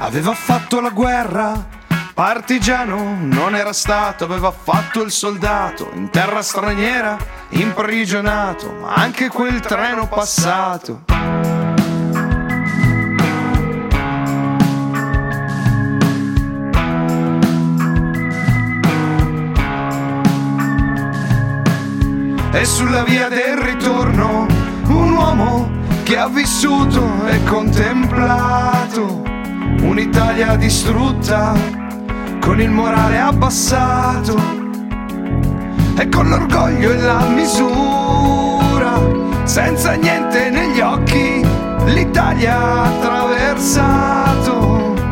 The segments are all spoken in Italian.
Aveva fatto la guerra, partigiano non era stato, aveva fatto il soldato in terra straniera, imprigionato, ma anche quel treno passato. E sulla via del ritorno un uomo che ha vissuto e contemplato un'Italia distrutta, con il morale abbassato e con l'orgoglio e la misura, senza niente negli occhi, l'Italia ha attraversato.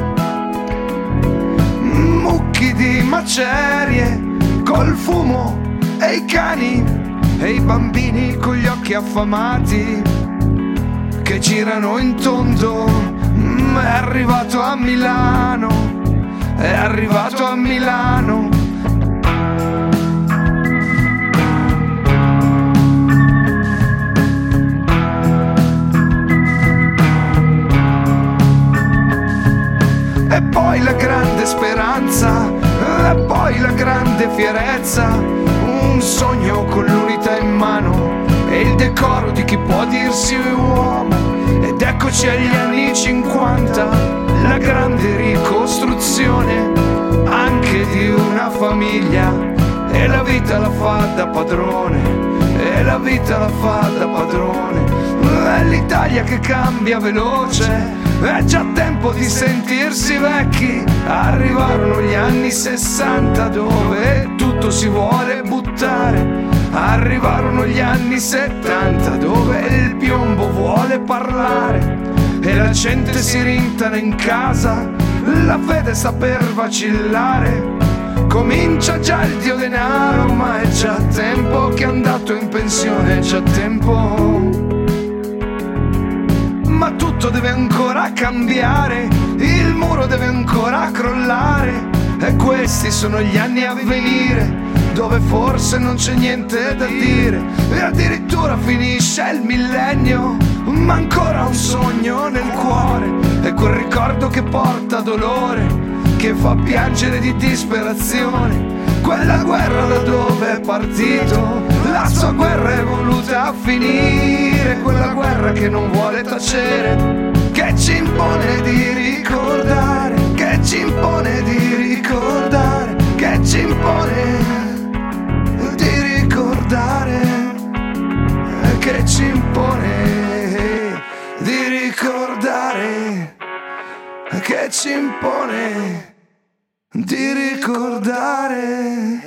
Mucchi di macerie, col fumo e i cani e i bambini con gli occhi affamati che girano in tondo. È arrivato a Milano, è arrivato a Milano. E poi la grande speranza, e poi la grande fierezza, un sogno con l'unità in mano e il decoro di chi può dirsi uomo. Ed eccoci agli anni 50, la grande ricostruzione anche di una famiglia, e la vita la fa da padrone, e la vita la fa da padrone. È l'Italia che cambia veloce, è già tempo di sentirsi vecchi. Arrivarono gli anni 60 dove tutto si vuole buttare. Arrivarono gli anni 70 dove il piombo vuole parlare e la gente si rintana in casa, la fede sta per vacillare. Comincia già il dio denaro, ma è già tempo che è andato in pensione, è già tempo. Ma tutto deve ancora cambiare, il muro deve ancora crollare, e questi sono gli anni a venire dove forse non c'è niente da dire. E addirittura finisce il millennio, ma ancora un sogno nel cuore, e quel ricordo che porta dolore, che fa piangere di disperazione. Quella guerra da dove è partito, la sua guerra è voluta finire. Quella guerra che non vuole tacere, che ci impone di ricordare, che ci impone di ricordare, che ci impone di ricordare, che ci impone di ricordare, che ci impone di ricordare.